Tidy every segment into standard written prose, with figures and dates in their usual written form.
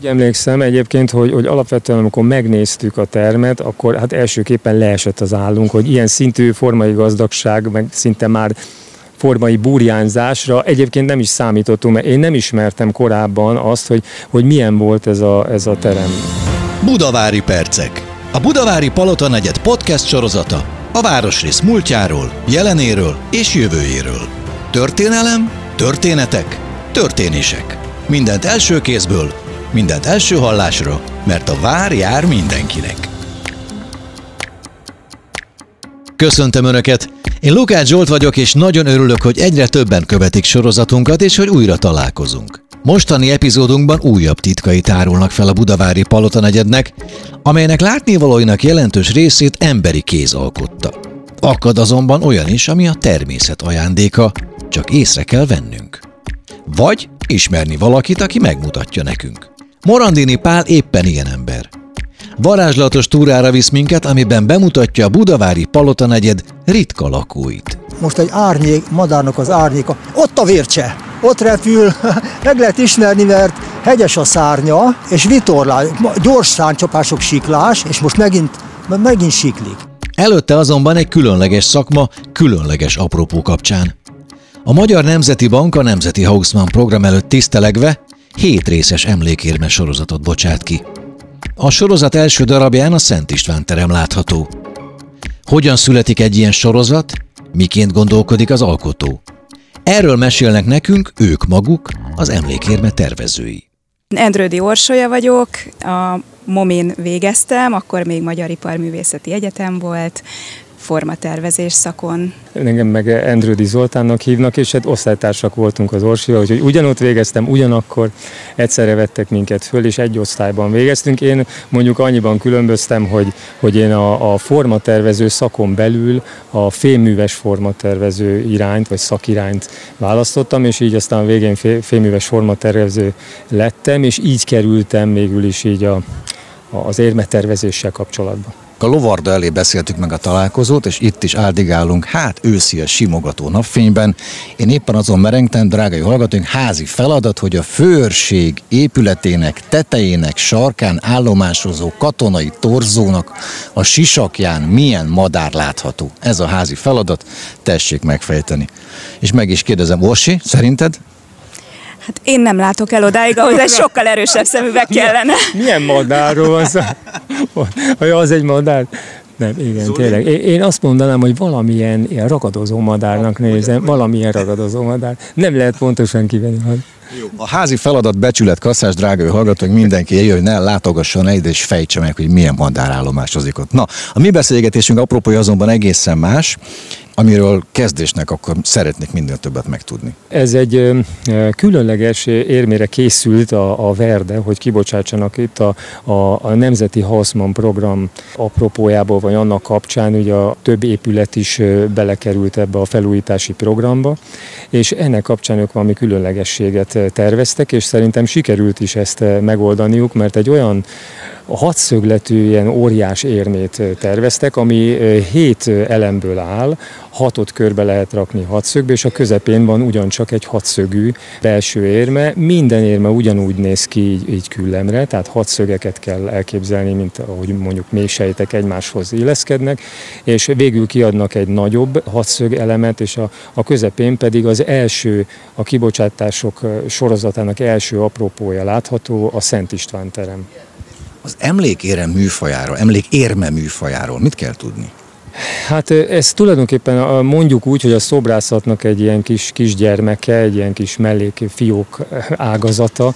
Úgy emlékszem egyébként, hogy alapvetően amikor megnéztük a termet, akkor hát elsőképpen leesett az állunk, hogy ilyen szintű formai gazdagság, meg szinte már formai burjánzásra egyébként nem is számítottunk, mert én nem ismertem korábban azt, hogy milyen volt ez a terem. Budavári percek. A Budavári Palota negyed podcast sorozata a városrész múltjáról, jelenéről és jövőjéről. Történelem, történetek, történések. Mindent első kézből, mindent első hallásra, mert a vár jár mindenkinek. Köszöntöm Önöket! Én Lukács Zsolt vagyok, és nagyon örülök, hogy egyre többen követik sorozatunkat, és hogy újra találkozunk. Mostani epizódunkban újabb titkai tárulnak fel a Budavári Palota negyednek, amelynek látnivalóinak jelentős részét emberi kéz alkotta. Akad azonban olyan is, ami a természet ajándéka, csak észre kell vennünk. Vagy ismerni valakit, aki megmutatja nekünk. Morandini Pál éppen ilyen ember. Varázslatos túrára visz minket, amiben bemutatja a Budavári Palota negyed ritka lakóit. Most egy árnyék, madárnak az árnyéka, ott a Vércse, ott repül, meg lehet ismerni, mert hegyes a szárnya, és vitorlás, gyors szárnycsapások, siklás, és most megint siklik. Előtte azonban egy különleges szakma, különleges apropó kapcsán. A Magyar Nemzeti Bank a Nemzeti Haussmann program előtt tisztelegve 7 részes emlékérme sorozatot bocsát ki. A sorozat első darabján a Szent István terem látható. Hogyan születik egy ilyen sorozat? Miként gondolkodik az alkotó? Erről mesélnek nekünk ők maguk, az emlékérme tervezői. Endrődi Orsolya vagyok, a MOMIN végeztem, akkor még Magyar Iparművészeti Egyetem volt, formatervezés szakon. Engem meg Endrődi Zoltánnak hívnak, és hát osztálytársak voltunk az Orsolya, úgyhogy ugyanott végeztem, ugyanakkor egyszerre vettek minket föl, és egy osztályban végeztünk. Én mondjuk annyiban különböztem, hogy én a formatervező szakon belül a fémműves formatervező irányt, vagy szakirányt választottam, és így aztán a végén fémműves formatervező lettem, és így kerültem végül is így az érmetervezéssel kapcsolatban. A Lovarda elé beszéltük meg a találkozót, és itt is áldigálunk, őszi a simogató napfényben. Én éppen azon merengtem, drágai hallgatóink, házi feladat, hogy a főőrség épületének tetejének sarkán állomásozó katonai torzónak a sisakján milyen madár látható. Ez a házi feladat, tessék megfejteni. És meg is kérdezem, Orsi, szerinted? Hát én nem látok el odáig, ahhoz egy sokkal erősebb szemüveg kellene. Milyen madárról van szó? Az egy madár? Nem, igen, Zoli? Tényleg. Én azt mondanám, hogy valamilyen ilyen ragadozó madárnak nézem, valamilyen ragadozó madár. Nem lehet pontosan kivenni. A házi feladat becsület kasszás, drága hallgatók, mindenki jöjjön, hogy ne látogasson el ide, és fejtse meg, hogy milyen madár állomásozik ott. Na, a mi beszélgetésünk apropója azonban egészen más, amiről kezdésnek akkor szeretnék minden többet megtudni. Ez egy különleges érmére készült a Verde, hogy kibocsátsanak itt a Nemzeti Haussmann program apropójából, vagy annak kapcsán, ugye a több épület is belekerült ebbe a felújítási programba, és ennek kapcsán ők valami különlegességet terveztek, és szerintem sikerült is ezt megoldaniuk, mert egy olyan hatszögletű ilyen óriás érmét terveztek, ami 7 elemből áll, 6-ot körbe lehet rakni hatszögbe, és a közepén van ugyancsak egy hatszögű belső érme. Minden érme ugyanúgy néz ki így küllemre, tehát hatszögeket kell elképzelni, mint ahogy mondjuk mélysejtek egymáshoz illeszkednek, és végül kiadnak egy nagyobb hatszög elemet, és a közepén pedig az első, a kibocsátások sorozatának első apropója látható, a Szent István terem. Az emlékérme műfajáról mit kell tudni? Hát ez tulajdonképpen mondjuk úgy, hogy a szobrászatnak egy ilyen kisgyermeke, egy ilyen kis mellékfiók ágazata,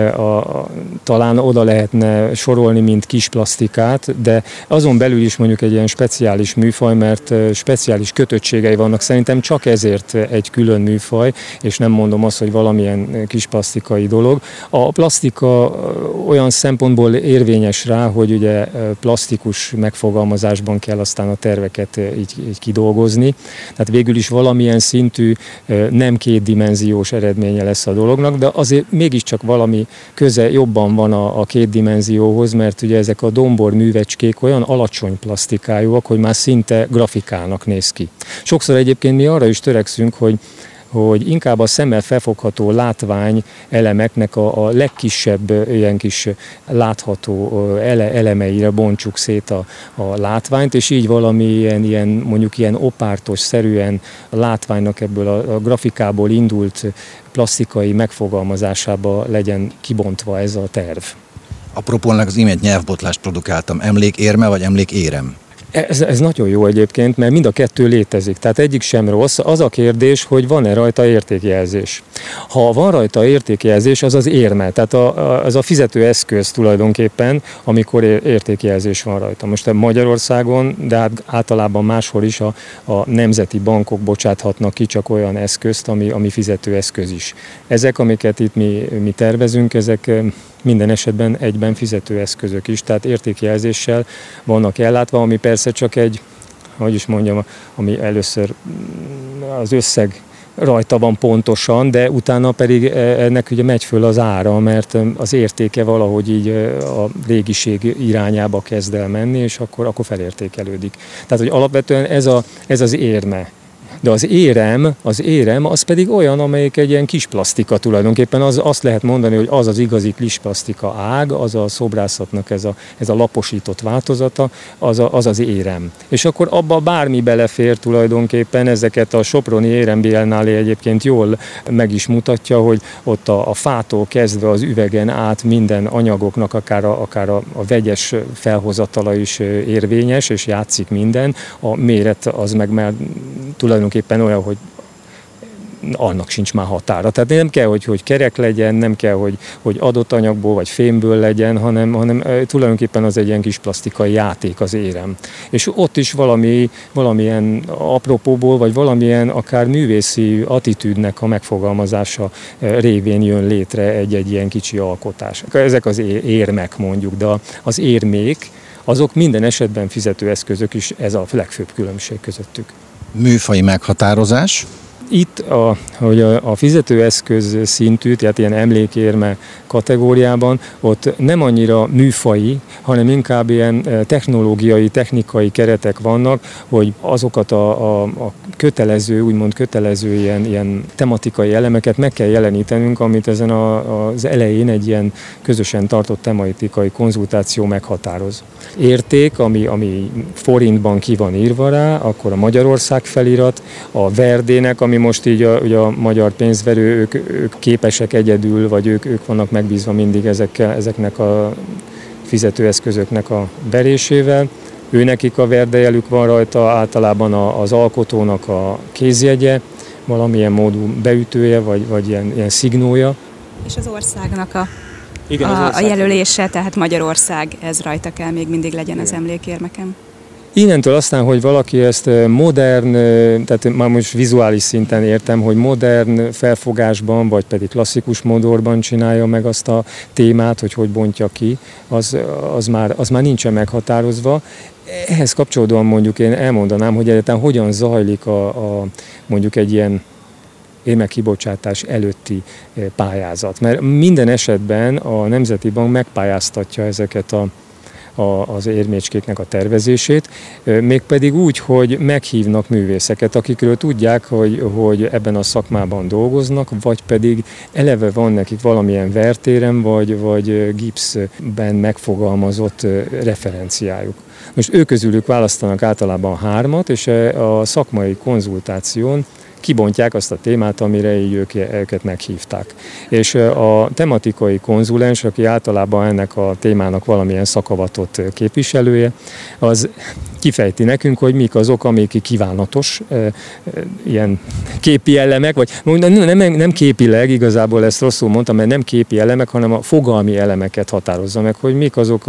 talán oda lehetne sorolni, mint kis plastikát, de azon belül is mondjuk egy ilyen speciális műfaj, mert speciális kötöttségei vannak, szerintem csak ezért egy külön műfaj, és nem mondom azt, hogy valamilyen kis plastikai dolog. A plastika olyan szempontból érvényes rá, hogy ugye plastikus megfogalmazásban kell aztán a terveket így kidolgozni. Tehát végül is valamilyen szintű nem kétdimenziós eredménye lesz a dolognak, de azért mégiscsak valami köze jobban van a két dimenzióhoz, mert ugye ezek a dombor művecskék olyan alacsony plastikájúak, hogy már szinte grafikának néz ki. Sokszor egyébként mi arra is törekszünk, hogy hogy inkább a szemmel felfogható látvány elemeknek a legkisebb ilyen kis látható elemeire bontsuk szét a látványt, és így valami ilyen mondjuk ilyen opártos-szerűen a látványnak ebből a grafikából indult plastikai megfogalmazásába legyen kibontva ez a terv. Apropónak az imént nyelvbotlást produkáltam. Emlékérme vagy emlékérem? Ez nagyon jó egyébként, mert mind a kettő létezik, tehát egyik sem rossz. Az a kérdés, hogy van-e rajta értékjelzés. Ha van rajta értékjelzés, az az érme, tehát az a fizetőeszköz tulajdonképpen, amikor értékjelzés van rajta. Most Magyarországon, de hát általában máshol is a nemzeti bankok bocsáthatnak ki csak olyan eszközt, ami fizetőeszköz is. Ezek, amiket itt mi tervezünk, ezek minden esetben egyben fizetőeszközök is, tehát értékjelzéssel vannak ellátva, ami persze csak ami először az összeg rajta van pontosan, de utána pedig ennek ugye megy föl az ára, mert az értéke valahogy így a régiség irányába kezd el menni, és akkor felértékelődik. Tehát, hogy alapvetően ez az érme. De az érem az pedig olyan, amelyik egy ilyen kis plastika tulajdonképpen. Azt lehet mondani, hogy az igazi kis plastika ág, az a szobrászatnak ez a laposított változata, az érem. És akkor abba bármi belefér tulajdonképpen, ezeket a soproni érembiennálé egyébként jól meg is mutatja, hogy ott a fától kezdve az üvegen át minden anyagoknak akár a vegyes felhozatala is érvényes, és játszik minden. A méret az meg már tulajdonképpen olyan, hogy annak sincs már határa. Tehát nem kell, hogy kerek legyen, nem kell, hogy adott anyagból vagy fémből legyen, hanem tulajdonképpen az egy ilyen kis plastikai játék az érem. És ott is valamilyen apropóból, vagy valamilyen akár művészi attitűdnek a megfogalmazása révén jön létre egy ilyen kicsi alkotás. Ezek az érmek mondjuk, de az érmék, azok minden esetben fizetőeszközök is, ez a legfőbb különbség közöttük. Műfaji meghatározás? Itt a fizetőeszköz szintű, tehát ilyen emlékérme kategóriában, ott nem annyira műfaji, hanem inkább ilyen technológiai, technikai keretek vannak, hogy azokat a úgymond kötelező ilyen tematikai elemeket meg kell jelenítenünk, amit ezen az elején egy ilyen közösen tartott tematikai konzultáció meghatároz. Érték, ami forintban ki van írva rá, akkor a Magyarország felirat, a Verdének, ami most így a magyar pénzverő, ők képesek egyedül, vagy ők vannak megbízva mindig ezeknek a fizetőeszközöknek a verésével. Őnekik a verdejelük van rajta, általában az alkotónak a kézjegye, valamilyen módú beütője, vagy ilyen szignója. És az országnak Igen, a jelölése, tehát Magyarország, ez rajta kell még mindig legyen az emlékérmeken. Innentől aztán, hogy valaki ezt modern, tehát már most vizuális szinten értem, hogy modern felfogásban, vagy pedig klasszikus modorban csinálja meg azt a témát, hogy bontja ki, az már nincsen meghatározva. Ehhez kapcsolódóan mondjuk én elmondanám, hogy egyáltalán hogyan zajlik mondjuk egy ilyen érmekibocsátás előtti pályázat. Mert minden esetben a Nemzeti Bank megpályáztatja ezeket az érmécskéknek a tervezését, mégpedig úgy, hogy meghívnak művészeket, akikről tudják, hogy ebben a szakmában dolgoznak, vagy pedig eleve van nekik valamilyen vertérem, vagy gipszben megfogalmazott referenciájuk. Most ők közülük választanak általában 3-at, és a szakmai konzultáción kibontják azt a témát, amire így őket meghívták. És a tematikai konzulens, aki általában ennek a témának valamilyen szakavatott képviselője, az kifejti nekünk, hogy mik azok, amik kívánatos ilyen képi elemek, vagy nem képileg, igazából ezt rosszul mondtam, mert nem képi elemek, hanem a fogalmi elemeket határozza meg, hogy mik azok,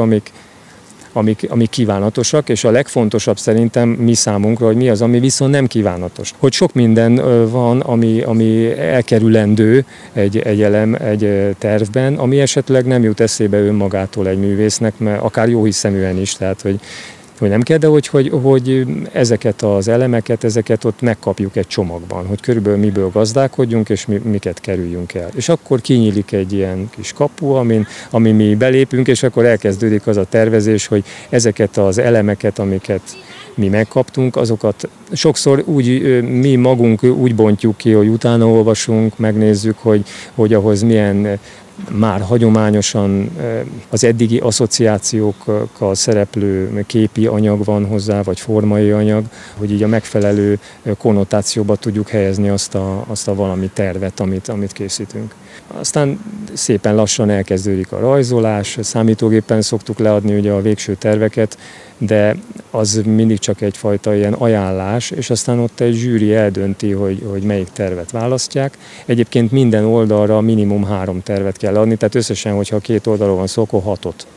amik kívánatosak, és a legfontosabb szerintem mi számunkra, hogy mi az, ami viszont nem kívánatos. Hogy sok minden van, ami elkerülendő egy tervben, ami esetleg nem jut eszébe önmagától egy művésznek, mert akár jóhiszeműen is, tehát hogy nem kell, de hogy ezeket az elemeket, ezeket ott megkapjuk egy csomagban, hogy körülbelül miből gazdálkodjunk, és miket kerüljünk el. És akkor kinyílik egy ilyen kis kapu, amin mi belépünk, és akkor elkezdődik az a tervezés, hogy ezeket az elemeket, amiket mi megkaptunk, azokat sokszor mi magunk úgy bontjuk ki, hogy utána olvasunk, megnézzük, hogy ahhoz milyen már hagyományosan az eddigi asszociációkkal szereplő képi anyag van hozzá, vagy formai anyag, hogy így a megfelelő konnotációba tudjuk helyezni azt a valami tervet, amit készítünk. Aztán szépen lassan elkezdődik a rajzolás, számítógépen szoktuk leadni ugye a végső terveket, de az mindig csak egyfajta ilyen ajánlás, és aztán ott egy zsűri eldönti, hogy melyik tervet választják. Egyébként minden oldalra minimum 3 tervet kell adni, tehát összesen, hogyha 2 oldalról van szó, akkor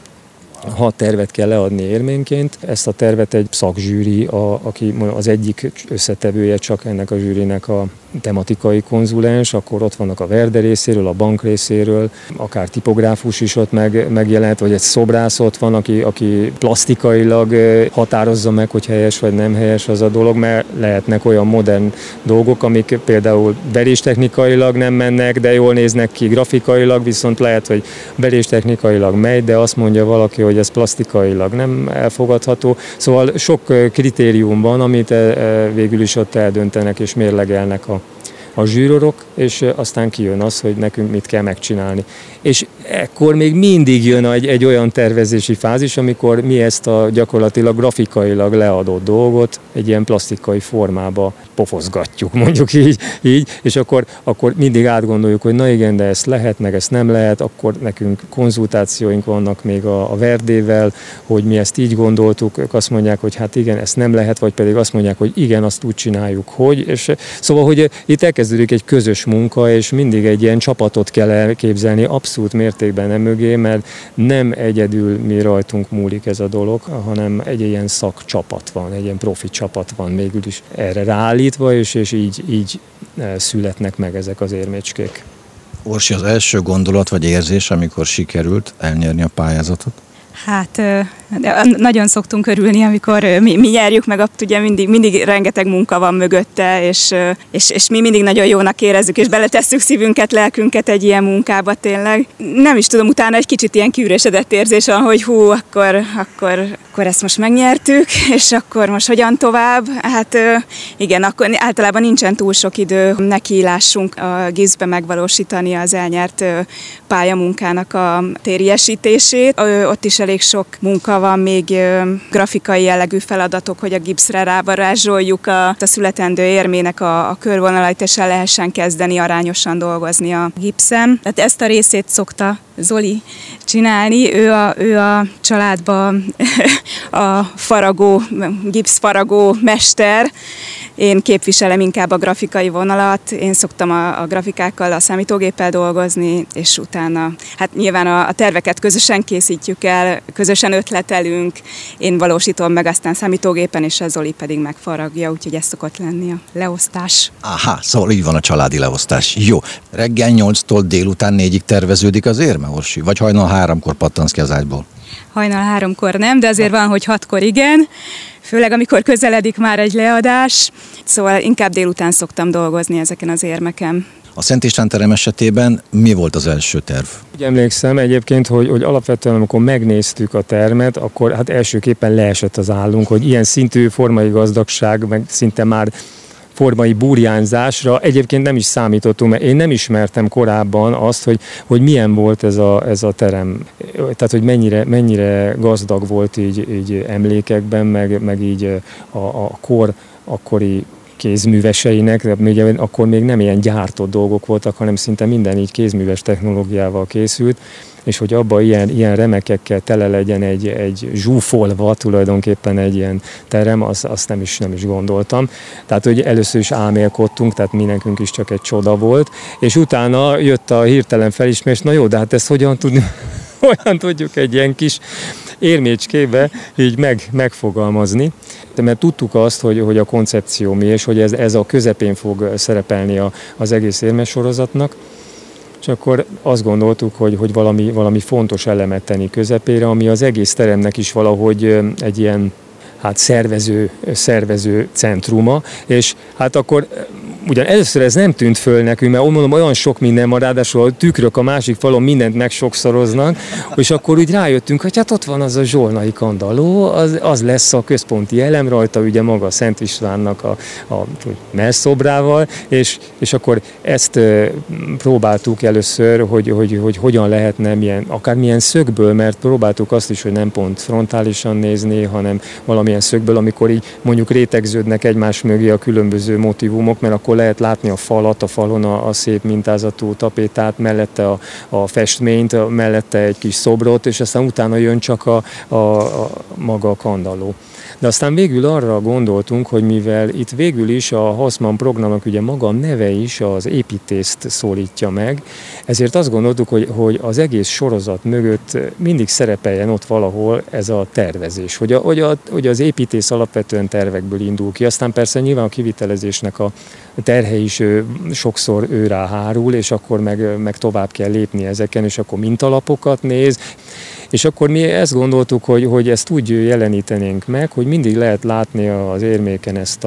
6 tervet kell leadni érményként. Ezt a tervet egy szakzsűri, aki az egyik összetevője csak ennek a zsűrinek a tematikai konzulens, akkor ott vannak a Verde részéről, a bank részéről, akár tipográfus is ott megjelent, vagy egy szobrász ott van, aki plastikailag határozza meg, hogy helyes vagy nem helyes az a dolog, mert lehetnek olyan modern dolgok, amik például veréstechnikailag nem mennek, de jól néznek ki grafikailag, viszont lehet, hogy veréstechnikailag megy, de azt mondja valaki, hogy ez plastikailag nem elfogadható. Szóval sok kritérium van, amit végül is ott eldöntenek és mérlegelnek a zsűrorok, és aztán kijön az, hogy nekünk mit kell megcsinálni. És ekkor még mindig jön egy olyan tervezési fázis, amikor mi ezt a gyakorlatilag grafikailag leadott dolgot egy ilyen plastikai formába pofozgatjuk, mondjuk így, és akkor mindig átgondoljuk, hogy na igen, de ezt lehet, meg ezt nem lehet, akkor nekünk konzultációink vannak még a Verdével, hogy mi ezt így gondoltuk, ők azt mondják, hogy hát igen, ezt nem lehet, vagy pedig azt mondják, hogy igen, azt úgy csináljuk, hogy, és szóval, hogy itt elkezdődik egy közös munka, és mindig egy ilyen csapatot kell elképzelni, abszolút mértékben nem mögé, mert nem egyedül mi rajtunk múlik ez a dolog, hanem egy ilyen szakcsapat van, egy ilyen profi csapat van végül is erre ráállítva, és így születnek meg ezek az érmécskék. Orsi, az első gondolat vagy érzés, amikor sikerült elnyerni a pályázatot? Hát nagyon szoktunk örülni, amikor mi nyerjük meg, ugye mindig rengeteg munka van mögötte, és mi mindig nagyon jónak érezzük, és beletesszük szívünket, lelkünket egy ilyen munkába tényleg. Nem is tudom, utána egy kicsit ilyen kiüresedett érzés van, hogy hú, akkor ezt most megnyertük, és akkor most hogyan tovább? Hát igen, akkor általában nincsen túl sok idő, nekilássunk a GIBS-be megvalósítani az elnyert pályamunkának a térjésítését. Ott is elég sok munka van, még grafikai jellegű feladatok, hogy a gipszre rávarázsoljuk a születendő érmének a körvonalait, és el lehessen kezdeni arányosan dolgozni a gipszen. Tehát ezt a részét szokta Zoli csinálni, ő a családban a gipszfaragó mester. Én képviselem inkább a grafikai vonalat, én szoktam a grafikákkal, a számítógéppel dolgozni, és utána, hát nyilván a terveket közösen készítjük el, közösen ötletelünk, én valósítom meg aztán számítógépen, és a Zoli pedig megfaragja, úgyhogy ez szokott lenni a leosztás. Aha, szóval így van a családi leosztás. Jó, reggel 8-tól délután 4-ig terveződik az érme, Orsi? Vagy hajnal 3-kor pattansz ki az ágyból? Hajnal 3-kor nem, de azért van, hogy 6-kor igen. Főleg amikor közeledik már egy leadás, szóval inkább délután szoktam dolgozni ezeken az érmeken. A Szent István terem esetében mi volt az első terv? Úgy emlékszem egyébként, hogy alapvetően amikor megnéztük a termet, akkor hát elsőképpen leesett az állunk, hogy ilyen szintű formai gazdagság, meg szinte már formai burjánzásra egyébként nem is számítottunk, mert én nem ismertem korábban azt, hogy milyen volt ez a terem. Tehát, hogy mennyire gazdag volt így emlékekben, meg így a kor akkori kézműveseinek, ugye akkor még nem ilyen gyártott dolgok voltak, hanem szinte minden így kézműves technológiával készült, és hogy abban ilyen remekekkel tele legyen egy zsúfolva tulajdonképpen egy ilyen terem, azt nem is gondoltam. Tehát, hogy először is álmélkodtunk, tehát mi nekünk is csak egy csoda volt, és utána jött a hirtelen felismerés, na jó, de hát ezt hogyan tudjuk egy ilyen kis érmécskébe így megfogalmazni. Mert tudtuk azt, hogy a koncepció mi, és hogy ez a közepén fog szerepelni az egész érmesorozatnak, és akkor azt gondoltuk, hogy valami fontos elemet tenni közepére, ami az egész teremnek is valahogy egy ilyen, hát szervező centruma, és hát akkor ugyan először ez nem tűnt föl nekünk, mert mondom, olyan sok minden van, ráadásul a tükrök a másik falon mindent megsokszoroznak, és akkor úgy rájöttünk, hogy hát ott van az a zsolnai kandalló, az lesz a központi elem rajta, ugye maga Szent Istvánnak a mellszobrával, és akkor ezt próbáltuk először, hogy hogyan lehetne akármilyen szögből, mert próbáltuk azt is, hogy nem pont frontálisan nézni, hanem valamilyen szögből, amikor így mondjuk rétegződnek egymás mögé a különböző motívumok, mert akkor lehet látni a falat, a falon a szép mintázatú tapétát, mellette a festményt, mellette egy kis szobrot, és aztán utána jön csak maga a kandalló. De aztán végül arra gondoltunk, hogy mivel itt végül is a Hassmann programnak ugye maga a neve is az építészt szólítja meg, ezért azt gondoltuk, hogy az egész sorozat mögött mindig szerepeljen ott valahol ez a tervezés, hogy az építész alapvetően tervekből indul ki. Aztán persze nyilván a kivitelezésnek a terhe is sokszor őrá hárul, és akkor meg tovább kell lépni ezeken, és akkor mintalapokat néz. És akkor mi ezt gondoltuk, hogy ezt úgy jelenítenénk meg, hogy mindig lehet látni az érméken ezt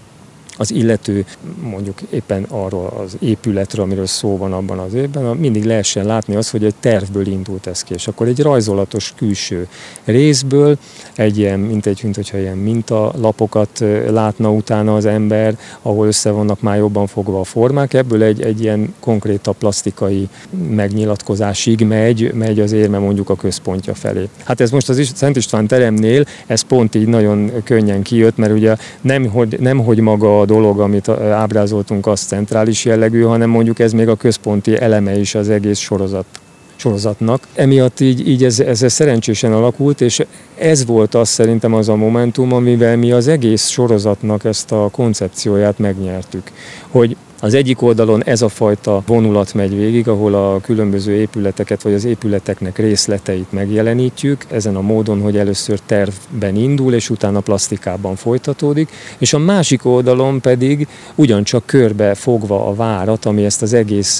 az illető, mondjuk éppen arról az épületről, amiről szó van abban az évben, mindig lehessen látni azt, hogy egy tervből indult ez ki, és akkor egy rajzolatos külső részből, egy ilyen, mint hogyha ilyen mintalapokat látna utána az ember, ahol össze vannak már jobban fogva a formák, ebből egy ilyen konkrétabb plastikai megnyilatkozásig megy az érme mondjuk a központja felé. Hát ez most az Szent István teremnél, ez pont így nagyon könnyen kijött, mert ugye nemhogy maga a dolog, amit ábrázoltunk, az centrális jellegű, hanem mondjuk ez még a központi eleme is az egész sorozatnak. Emiatt így ez szerencsésen alakult, és ez volt az szerintem az a momentum, amivel mi az egész sorozatnak ezt a koncepcióját megnyertük. Hogy az egyik oldalon ez a fajta vonulat megy végig, ahol a különböző épületeket vagy az épületeknek részleteit megjelenítjük, ezen a módon, hogy először tervben indul, és utána plastikában folytatódik, és a másik oldalon pedig ugyancsak körbe fogva a várat, ami ezt az egész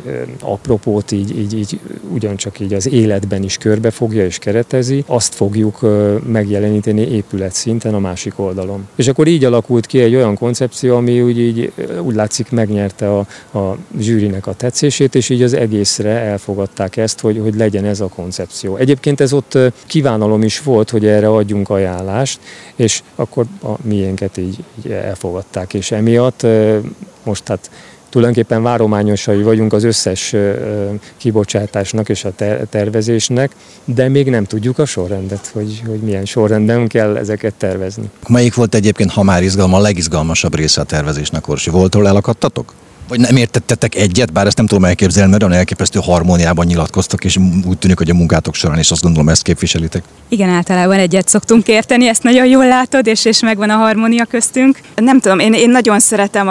apropót így ugyancsak így az életben is körbefogja és keretezi, azt fogjuk megjeleníteni épületszinten a másik oldalon. És akkor így alakult ki egy olyan koncepció, ami úgy látszik megnyerte a zsűrinek a tetszését, és így az egészre elfogadták ezt, hogy legyen ez a koncepció. Egyébként ez ott kívánalom is volt, hogy erre adjunk ajánlást, és akkor a miénket így elfogadták, és emiatt most hát tulajdonképpen várományosai vagyunk az összes kibocsátásnak és a tervezésnek, de még nem tudjuk a sorrendet, hogy milyen sorrendben kell ezeket tervezni. Melyik volt egyébként, ha már izgalma, a legizgalmasabb része a tervezésnek, Orsi? Voltról elakadtatok? Vagy nem értettetek egyet, bár ezt nem tudom elképzelni, mert olyan elképesztő harmóniában nyilatkoztak, és úgy tűnik, hogy a munkátok során is azt gondolom, ezt képviselitek. Igen, általában egyet szoktunk érteni, ezt nagyon jól látod, és megvan a harmónia köztünk. Nem tudom, én nagyon szeretem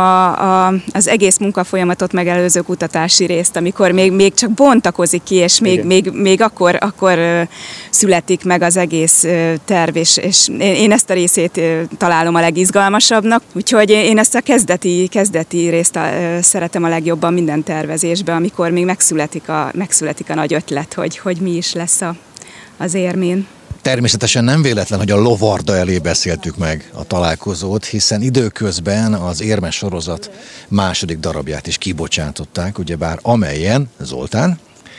az egész munkafolyamatot megelőző kutatási részt, amikor még csak bontakozik ki, és még akkor születik meg az egész terv, és én ezt a részét találom a legizgalmasabbnak. Úgyhogy én ezt a kezdeti részt szeretem a legjobban minden tervezésben, amikor még megszületik a nagy ötlet, hogy mi is lesz az érmén. Természetesen nem véletlen, hogy a Lovarda elé beszéltük meg a találkozót, hiszen időközben az érmes sorozat második darabját is kibocsátották, ugyebár amelyen, Zoltán?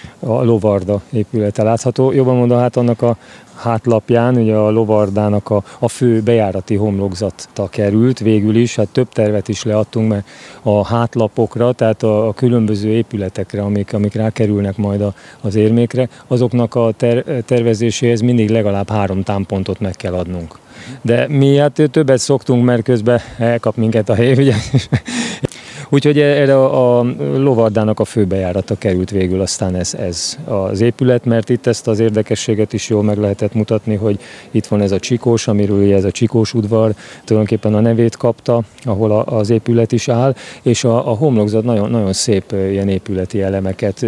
A Lovarda épülete látható. Jobban mondom, hát annak a hátlapján ugye a Lovardának a fő bejárati homlokzata került végül is, hát több tervet is leadtunk, mert a hátlapokra, tehát a különböző épületekre, amik rákerülnek majd az érmékre, azoknak a tervezéséhez mindig legalább 3 támpontot meg kell adnunk. De mi hát többet szoktunk, mert közben elkap minket a hely, ugye? Úgyhogy erre a Lovardának a főbejárata került végül aztán ez az épület, mert itt ezt az érdekességet is jól meg lehetett mutatni, hogy itt van ez a Csikós, amiről ez a Csikós udvar tulajdonképpen a nevét kapta, ahol az épület is áll, és a homlokzat nagyon, nagyon szép ilyen épületi elemeket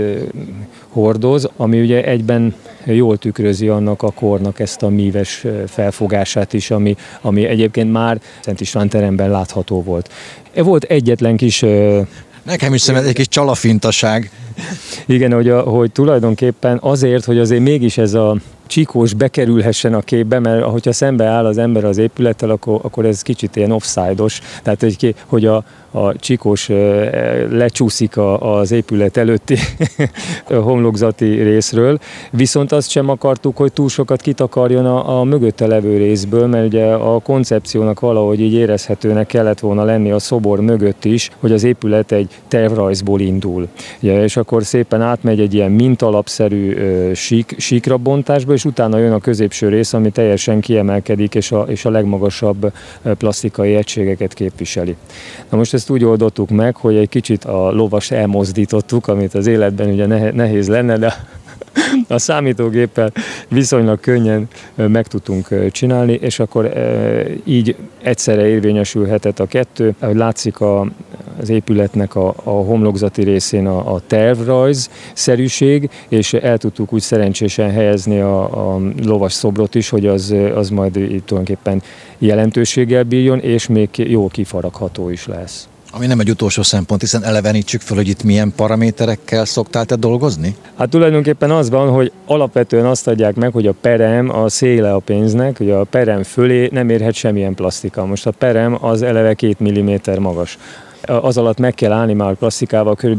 hordoz, ami ugye egyben jól tükrözi annak a kornak ezt a míves felfogását is, ami egyébként már Szent István teremben látható volt. Volt egyetlen kis... Nekem is szemed egy kis csalafintaság. Igen, hogy tulajdonképpen azért, hogy azért mégis ez csikós bekerülhessen a képbe, mert ahogyha szembe áll az ember az épülettel, akkor ez kicsit ilyen offside-os, tehát hogy a csikós lecsúszik az épület előtti homlokzati részről, viszont azt sem akartuk, hogy túl sokat kitakarjon a mögötte levő részből, mert ugye a koncepciónak valahogy így érezhetőnek kellett volna lenni a szobor mögött is, hogy az épület egy tervrajzból indul. Ugye, és akkor szépen átmegy egy ilyen mintalapszerű síkrabontásba, és utána jön a középső rész, ami teljesen kiemelkedik, és a legmagasabb plastikai egységeket képviseli. Na most ezt úgy oldottuk meg, hogy egy kicsit a lovast elmozdítottuk, amit az életben ugye nehéz lenne, de a számítógéppel viszonylag könnyen meg tudtunk csinálni, és akkor így egyszerre érvényesülhetett a kettő. Ahogy látszik az épületnek a homlokzati részén a tervrajz-szerűség, és el tudtuk úgy szerencsésen helyezni a lovas szobrot is, hogy az majd itt tulajdonképpen jelentőséggel bírjon, és még jó kifaragható is lesz. Ami nem egy utolsó szempont, hiszen elevenítsük fel, hogy itt milyen paraméterekkel szoktál te dolgozni? Hát tulajdonképpen az van, hogy alapvetően azt adják meg, hogy a perem a széle a pénznek, hogy a perem fölé nem érhet semmilyen plastika. Most a perem az eleve 2 mm magas. Az alatt meg kell állni már plastikával kb.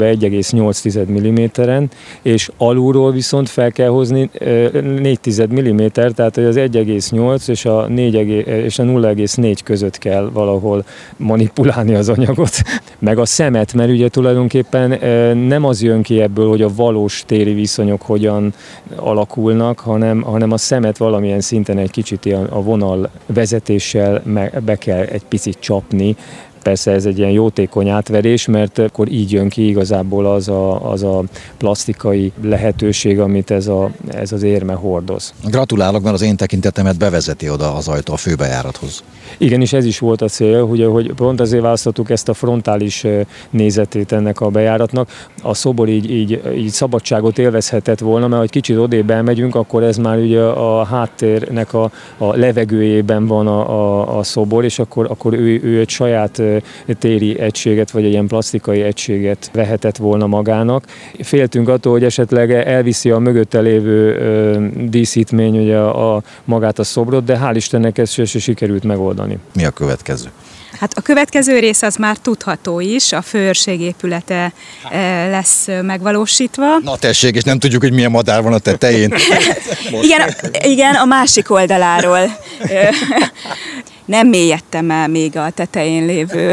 1,8 mm-en, és alulról viszont fel kell hozni 0,4 mm, tehát hogy az 1,8 és a 0,4 között kell valahol manipulálni az anyagot. Meg a szemet, mert ugye tulajdonképpen nem az jön ki ebből, hogy a valós téri viszonyok hogyan alakulnak, hanem a szemet valamilyen szinten egy kicsit a vonal vezetéssel be kell egy picit csapni. Persze ez egy ilyen jótékony átverés, mert akkor így jön ki igazából az a plastikai lehetőség, amit ez az érme hordoz. Gratulálok, mert az én tekintetemet bevezeti oda az ajtó a főbejárathoz. Igen, és ez is volt a cél, hogy pont azért választottuk ezt a frontális nézetét ennek a bejáratnak. A szobor így szabadságot élvezhetett volna, mert ha egy kicsit odébb elmegyünk, akkor ez már ugye a háttérnek a levegőjében van a szobor, és akkor ő egy saját téri egységet, vagy egy ilyen plastikai egységet vehetett volna magának. Féltünk attól, hogy esetleg elviszi a mögötte lévő díszítmény ugye magát a szobrot, de hál' Istennek ezt se sikerült megoldani. Mi a következő? Hát a következő rész az már tudható is, a főőrség épülete lesz megvalósítva. Na tessék, és nem tudjuk, hogy milyen madár van a tetején. Igen, a másik oldaláról. Nem mélyedtem el még a tetején lévő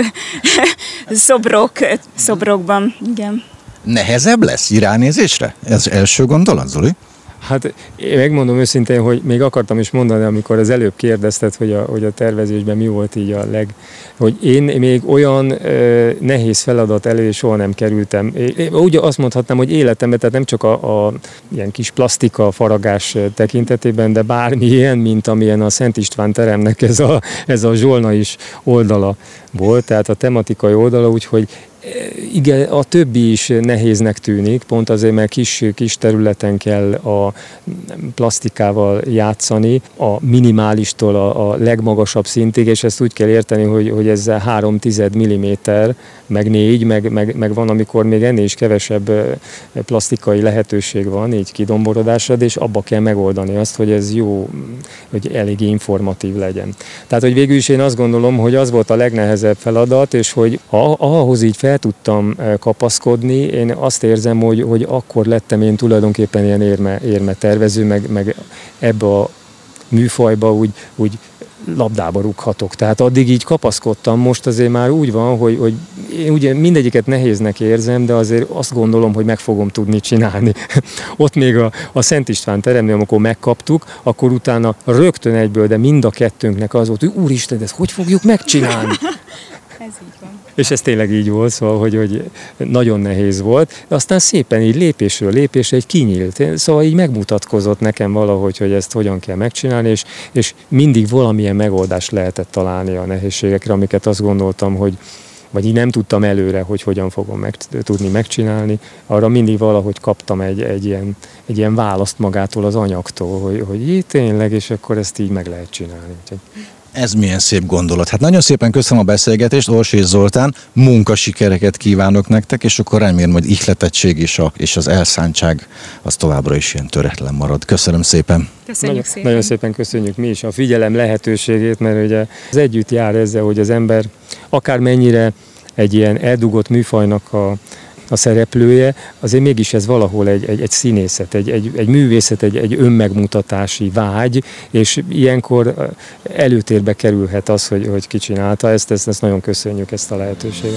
szobrokban. Igen. Nehezebb lesz ránézésre? Ez első gondolat, Zoli? Hát én megmondom őszintén, hogy még akartam is mondani, amikor az előbb kérdezted, hogy a tervezésben mi volt így hogy én még olyan nehéz feladat elé soha nem kerültem. Úgy azt mondhatnám, hogy életemben, tehát nem csak a ilyen kis plastika faragás tekintetében, de bármilyen, mint amilyen a Szent István teremnek ez a zsolna is oldala volt, tehát a tematikai oldala, úgyhogy igen, a többi is nehéznek tűnik, pont azért, mert kis területen kell a plastikával játszani, a minimálistól a legmagasabb szintig, és ezt úgy kell érteni, hogy ez 0,3 mm, meg 4, meg van, amikor még ennél is kevesebb plastikai lehetőség van, így kidomborodásra, és abba kell megoldani azt, hogy ez jó, hogy elég informatív legyen. Tehát, hogy végül is én azt gondolom, hogy az volt a legnehezebb feladat, és hogy ahhoz így fel tudtam kapaszkodni, én azt érzem, hogy akkor lettem én tulajdonképpen ilyen érme tervező, meg ebbe a műfajba úgy labdába rúghatok. Tehát addig így kapaszkodtam, most azért már úgy van, hogy én ugye mindegyiket nehéznek érzem, de azért azt gondolom, hogy meg fogom tudni csinálni. Ott még a Szent István teremnél, amikor megkaptuk, akkor utána rögtön egyből, de mind a kettőnknek az volt, hogy úristen, ezt hogy fogjuk megcsinálni? Ez így van. És ez tényleg így volt, szóval, hogy nagyon nehéz volt. Aztán szépen így lépésről lépésre egy kinyílt. Szóval így megmutatkozott nekem valahogy, hogy ezt hogyan kell megcsinálni, és mindig valamilyen megoldást lehetett találni a nehézségekre, amiket azt gondoltam, vagy így nem tudtam előre, hogy hogyan fogom tudni megcsinálni. Arra mindig valahogy kaptam egy ilyen választ magától az anyagtól, hogy így tényleg, és akkor ezt így meg lehet csinálni. Ez milyen szép gondolat. Hát nagyon szépen köszönöm a beszélgetést, Orsi Zoltán, munkasikereket kívánok nektek, és akkor remélem, hogy ihletettség és az elszántság az továbbra is ilyen töretlen marad. Köszönöm szépen. Köszönjük szépen. Nagyon szépen köszönjük mi is a figyelem lehetőségét, mert ugye az együtt jár ezzel, hogy az ember akármennyire egy ilyen eldugott műfajnak a szereplője, azért mégis ez valahol egy színészet, egy művészet, egy önmegmutatási vágy, és ilyenkor előtérbe kerülhet az, hogy ki csinálta ezt nagyon köszönjük, ezt a lehetőséget.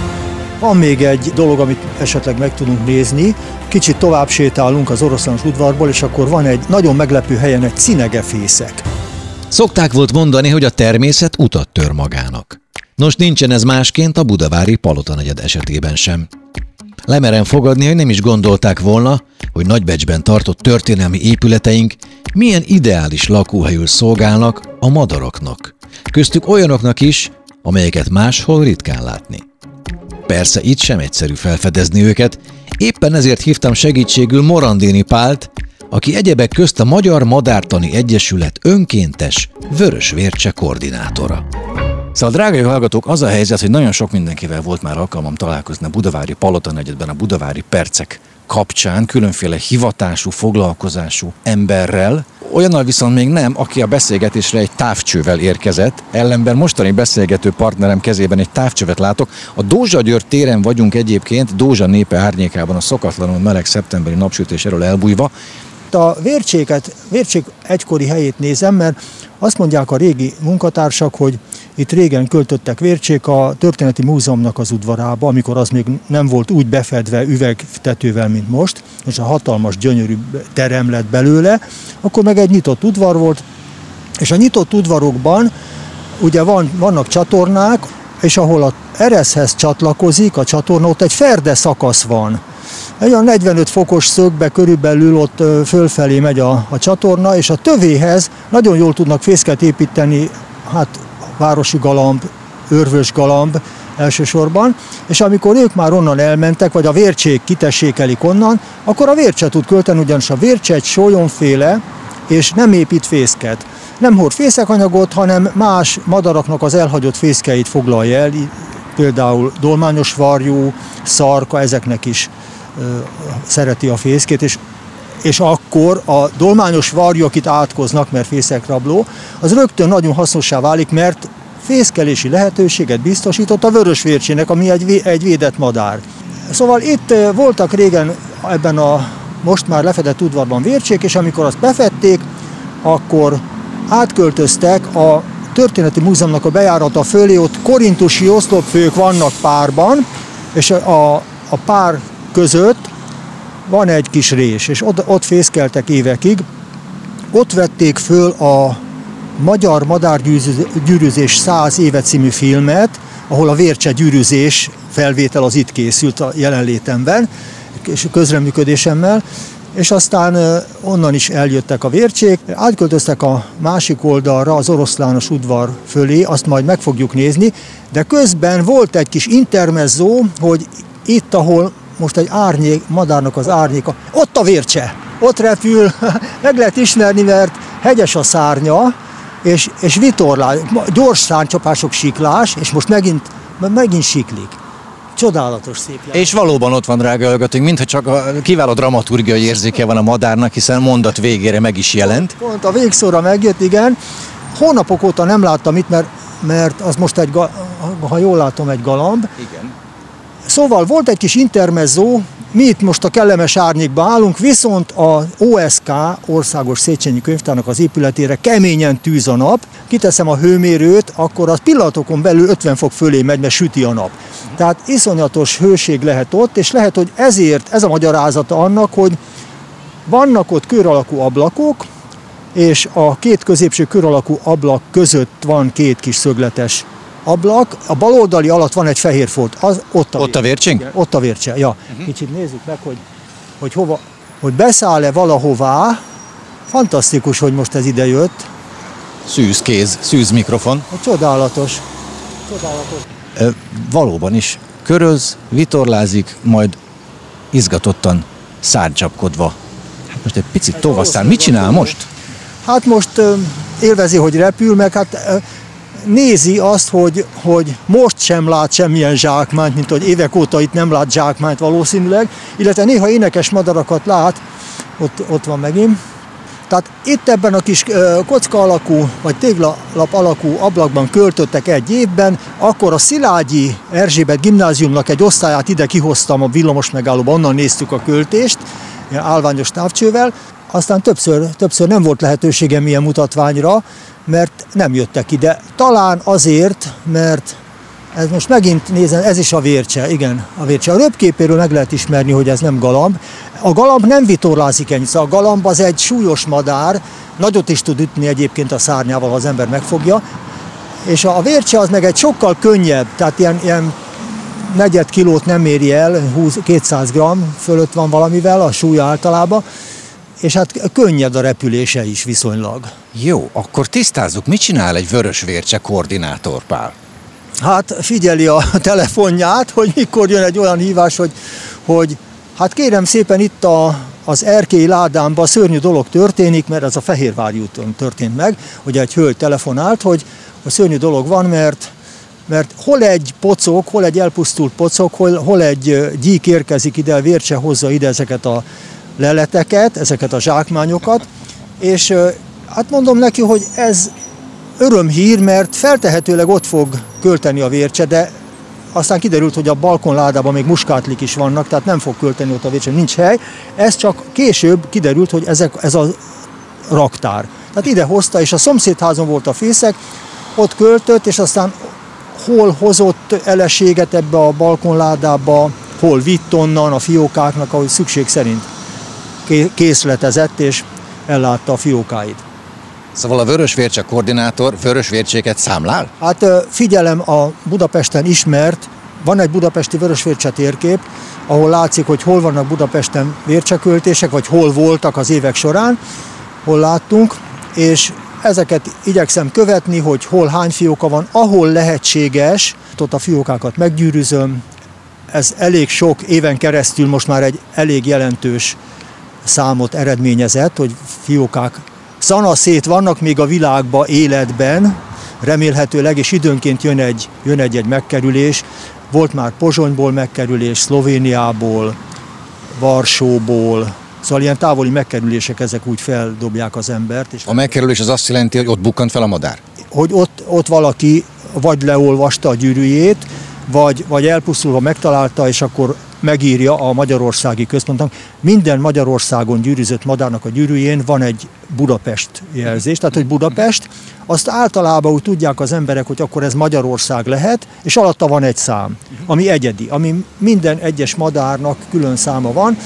Van még egy dolog, amit esetleg meg tudunk nézni. Kicsit tovább sétálunk az Oroszlános udvarból, és akkor van egy nagyon meglepő helyen egy cinegefészek. Szokták volt mondani, hogy a természet utat tör magának. Nos, nincsen ez másként a budavári Palotanegyed esetében sem. Lemerem fogadni, hogy nem is gondolták volna, hogy Nagybecsben tartott történelmi épületeink milyen ideális lakóhelyül szolgálnak a madaraknak. Köztük olyanoknak is, amelyeket máshol ritkán látni. Persze itt sem egyszerű felfedezni őket, éppen ezért hívtam segítségül Morandini Pált, aki egyebek közt a Magyar Madártani Egyesület önkéntes vörösvércse koordinátora. Szóval, drága hallgatók, az a helyzet, hogy nagyon sok mindenkivel volt már alkalmam találkozni a budavári Palotanegyedben, a budavári percek kapcsán, különféle hivatású, foglalkozású emberrel. Olyannal viszont még nem, aki a beszélgetésre egy távcsővel érkezett, ellenben mostani beszélgető partnerem kezében egy távcsövet látok. A Dózsa György téren vagyunk egyébként, Dózsa népe árnyékában, a szokatlanul meleg szeptemberi napsütés elől elbújva. A Vércsék egykori helyét nézem, mert azt mondják a régi munkatársak, hogy itt régen költöttek Vércsék a Történeti Múzeumnak az udvarába, amikor az még nem volt úgy befedve üvegtetővel, mint most, és a hatalmas, gyönyörű terem lett belőle, akkor meg egy nyitott udvar volt, és a nyitott udvarokban ugye vannak csatornák, és ahol az ereszhez csatlakozik a csatorna, ott egy ferde szakasz van. Egy olyan 45 fokos szögbe körülbelül ott fölfelé megy a csatorna, és a tövéhez nagyon jól tudnak fészket építeni, hát városi galamb, örvös galamb elsősorban, és amikor ők már onnan elmentek, vagy a Vércsék kitessékelik onnan, akkor a Vércse tud költeni, ugyanis a Vércse egy sólyomféle, és nem épít fészket. Nem hord fészekanyagot, hanem más madaraknak az elhagyott fészkeit foglalja el, például dolmányos varjú, szarka, ezeknek is szereti a fészkét, és akkor a dolmányos varjú, akit átkoznak, mert fészekrabló, az rögtön nagyon hasznossá válik, mert fészkelési lehetőséget biztosított a vörösvércsének, ami egy védett madár. Szóval itt voltak régen ebben a most már lefedett udvarban Vércsék, és amikor azt befedték, akkor átköltöztek a Történeti Múzeumnak a bejárata fölé, ott korintusi oszlopfők vannak párban, és a pár között van egy kis rés, és ott fészkeltek évekig. Ott vették föl a Magyar Madárgyűrűzés 100 éve című filmet, ahol a Vércse gyűrűzés felvétel az itt készült a jelenlétemben, és közreműködésemmel, és aztán onnan is eljöttek a Vércsék, átköltöztek a másik oldalra, az Oroszlános udvar fölé, azt majd meg fogjuk nézni, de közben volt egy kis intermezzó, hogy itt, ahol most egy árnyék, madárnak az árnyéka, ott a Vércse, ott repül, meg lehet ismerni, mert hegyes a szárnya, és vitorlás, gyors szárnycsapások, siklás, és most megint siklik. Csodálatos szép lehet. És valóban ott van, drága hallgatóink, mintha csak a kiváló dramaturgiai érzéke van a madárnak, hiszen mondat végére meg is jelent. Pont a végszóra megjött, igen. Hónapok óta nem láttam itt, mert az most ha jól látom, egy galamb. Igen. Szóval volt egy kis intermezzó, mi itt most a kellemes árnyékban állunk, viszont az OSK, Országos Széchenyi Könyvtárnak az épületére keményen tűz a nap, kiteszem a hőmérőt, akkor az pillanatokon belül 50 fok fölé megy, mert süti a nap. Tehát iszonyatos hőség lehet ott, és lehet, hogy ezért ez a magyarázata annak, hogy vannak ott kör alakú ablakok, és a két középső kör alakú ablak között van két kis szögletes ablak, a baloldali alatt van egy fehér folt. Ott a Vércsénk? Ott a Vércse, ja. Kicsit nézzük meg, hogy hova, hogy beszáll-e valahová. Fantasztikus, hogy most ez ide jött. Szűz kéz, szűz mikrofon. Csodálatos. Valóban is köröz, vitorlázik, majd izgatottan szárnycsapkodva. Hát most egy picit tovasszál. Mit csinál most? Hát most élvezi, hogy repül, meg hát nézi azt, hogy most sem lát semmilyen zsákmányt, mint hogy évek óta itt nem lát zsákmányt valószínűleg, illetve néha énekes madarakat lát, ott van megint. Tehát itt ebben a kis kocka alakú, vagy téglalap alakú ablakban költöttek egy évben, akkor a Szilágyi Erzsébet gimnáziumnak egy osztályát ide kihoztam a villamos megállóba, onnan néztük a költést, ilyen állványos távcsővel, aztán többször nem volt lehetőségem ilyen mutatványra, mert nem jöttek ide. Talán azért, mert ez most megint nézem, ez is a Vércse, igen, a Vércse. A röpképéről meg lehet ismerni, hogy ez nem galamb. A galamb nem vitorlázik ennyit, szóval a galamb az egy súlyos madár, nagyot is tud ütni egyébként a szárnyával, ha az ember megfogja, és a Vércse az meg egy sokkal könnyebb, tehát ilyen negyed kilót nem éri el, 200 g fölött van valamivel a súlya általában, és hát könnyed a repülése is viszonylag. Jó, akkor tisztázzuk, mit csinál egy Vörösvércse koordinátor, Pál? Hát figyeli a telefonját, hogy mikor jön egy olyan hívás, hogy hát kérem szépen itt az erkélyi ládámban szörnyű dolog történik, mert ez a Fehérvári úton történt meg, hogy egy hölgy telefonált, hogy szörnyű dolog van, mert hol egy pocok, hol egy elpusztult pocok, hol egy gyík érkezik ide, Vércse hozza ide ezeket a leleteket, ezeket a zsákmányokat, és hát mondom neki, hogy ez örömhír, mert feltehetőleg ott fog költeni a Vércse, de aztán kiderült, hogy a balkonládában még muskátlik is vannak, tehát nem fog költeni ott a Vércse, nincs hely. Ez csak később kiderült, hogy ez a raktár. Tehát ide hozta, és a szomszédházon volt a fészek, ott költött, és aztán hol hozott eleséget ebbe a balkonládába, hol vitt onnan a fiókáknak, ahogy szükség szerint készletezett, és ellátta a fiókáit. Szóval a Vörösvércse koordinátor vörösvércséket számlál? Hát figyelem, a Budapesten ismert, van egy budapesti vörösvércse térkép, ahol látszik, hogy hol vannak Budapesten vércseköltések, vagy hol voltak az évek során, hol láttunk, és ezeket igyekszem követni, hogy hol hány fióka van, ahol lehetséges, ott a fiókákat meggyűrűzöm. Ez elég sok éven keresztül most már egy elég jelentős számot eredményezett, hogy fiókák szanaszét vannak még a világban, életben, remélhetőleg, és időnként jön egy megkerülés. Volt már Pozsonyból megkerülés, Szlovéniából, Varsóból, szóval ilyen távoli megkerülések, ezek úgy feldobják az embert. És a megkerülés az azt jelenti, hogy ott bukkant fel a madár? Hogy ott valaki vagy leolvasta a gyűrűjét, vagy elpusztulva megtalálta, és akkor megírja a magyarországi központnak. Minden Magyarországon gyűrűzött madárnak a gyűrűjén van egy Budapest jelzés, tehát hogy Budapest, azt általában úgy tudják az emberek, hogy akkor ez Magyarország lehet, és alatta van egy szám, ami egyedi, ami minden egyes madárnak külön száma van,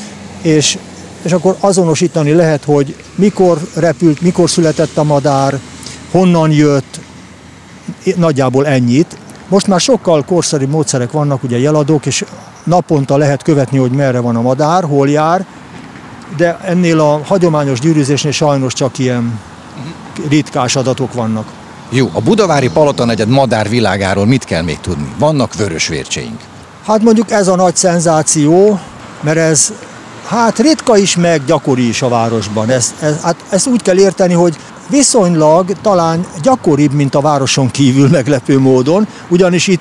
és akkor azonosítani lehet, hogy mikor repült, mikor született a madár, honnan jött, nagyjából ennyit. Most már sokkal korszerűbb módszerek vannak, ugye jeladók, és naponta lehet követni, hogy merre van a madár, hol jár, de ennél a hagyományos gyűrűzésnél sajnos csak ilyen ritkás adatok vannak. Jó, a budavári Palotanegyed madár világáról mit kell még tudni? Vannak vörösvércseink? Hát mondjuk ez a nagy szenzáció, mert ez hát ritka is, meg gyakori is a városban. Ezt úgy kell érteni, hogy viszonylag talán gyakoribb, mint a városon kívül meglepő módon, ugyanis itt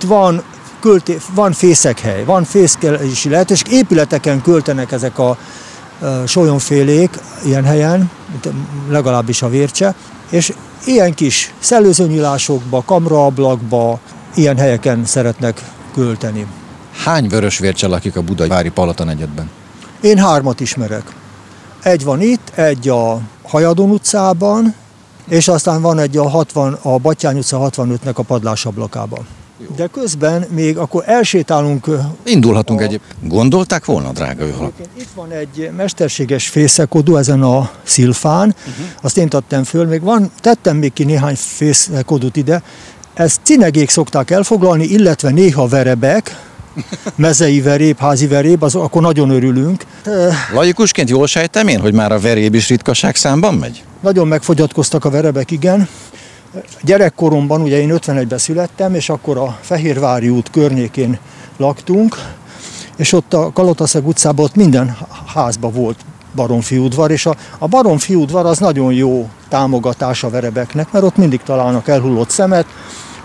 van fészekhely, van fészkelési lehetőség, épületeken költenek ezek a solyonfélék ilyen helyen, legalábbis a Vércse, és ilyen kis szellőzőnyílásokba, kamraablakba, ilyen helyeken szeretnek költeni. Hány vörösvércse lakik a budavári Palotanegyedben? Én 3 ismerek. Egy van itt, egy a Hajadon utcában, és aztán van egy a Battyány utca 65-nek a padlásablakában. De közben még akkor elsétálunk. Indulhatunk egyébként. Gondolták volna, drága Johanna? Itt van egy mesterséges fészekodó ezen a szilfán, azt én tettem föl, tettem még ki néhány fészekodót ide. Ezt cinegék szokták elfoglalni, illetve néha verebek, mezei veréb, házi veréb, akkor nagyon örülünk. Laikusként jól sejtem én, hogy már a veréb is ritkaság számban megy? Nagyon megfogyatkoztak a verebek, igen. Gyerekkoromban, ugye én 51-ben születtem, és akkor a Fehérvári út környékén laktunk, és ott a Kalotaszeg utcában ott minden házban volt baromfiudvar, és a baromfiudvar az nagyon jó támogatás a verebeknek, mert ott mindig találnak elhullott szemet,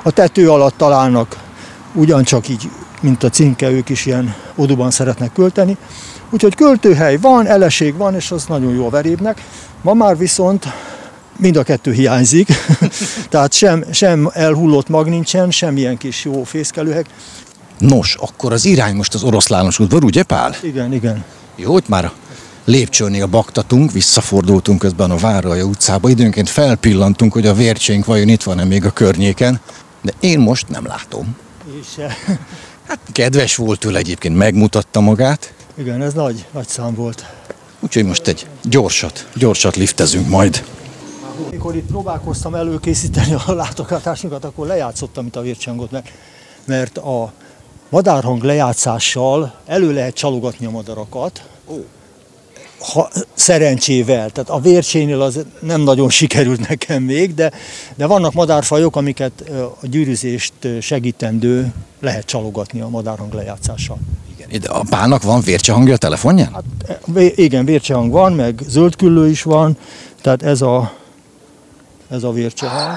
A tető alatt találnak ugyancsak így, mint a cinke, ők is ilyen odúban szeretnek költeni. Úgyhogy költőhely van, eleség van, és az nagyon jó a verébnek. Ma már viszont mind a kettő hiányzik, tehát sem elhullott mag nincsen, semmilyen kis jó fészkelőhely. Nos, akkor az irány most az Oroszlános udvar, ugye Pál? Igen, igen. Jó, hogy már a lépcsőnél baktatunk, visszafordultunk közben a Váralja utcába, időnként felpillantunk, hogy a vércsénk vajon itt van-e még a környéken, de én most nem látom. Hát kedves volt tőle egyébként, megmutatta magát. Igen, ez nagy szám volt. Úgyhogy most egy gyorsat liftezünk majd. Amikor itt próbálkoztam előkészíteni a látogatásunkat, akkor lejátszottam itt a vércsangot, mert a madárhang lejátszással elő lehet csalogatni a madarakat, szerencsével. Tehát a vércsénél az nem nagyon sikerült nekem még, de vannak madárfajok, amiket a gyűrűzést segítendő lehet csalogatni a madárhang lejátszással. Igen, de a Pálnak van vércsehangja a telefonján? Hát, igen, vércsehang van, meg zöldküllő is van, tehát ez a vércsehang.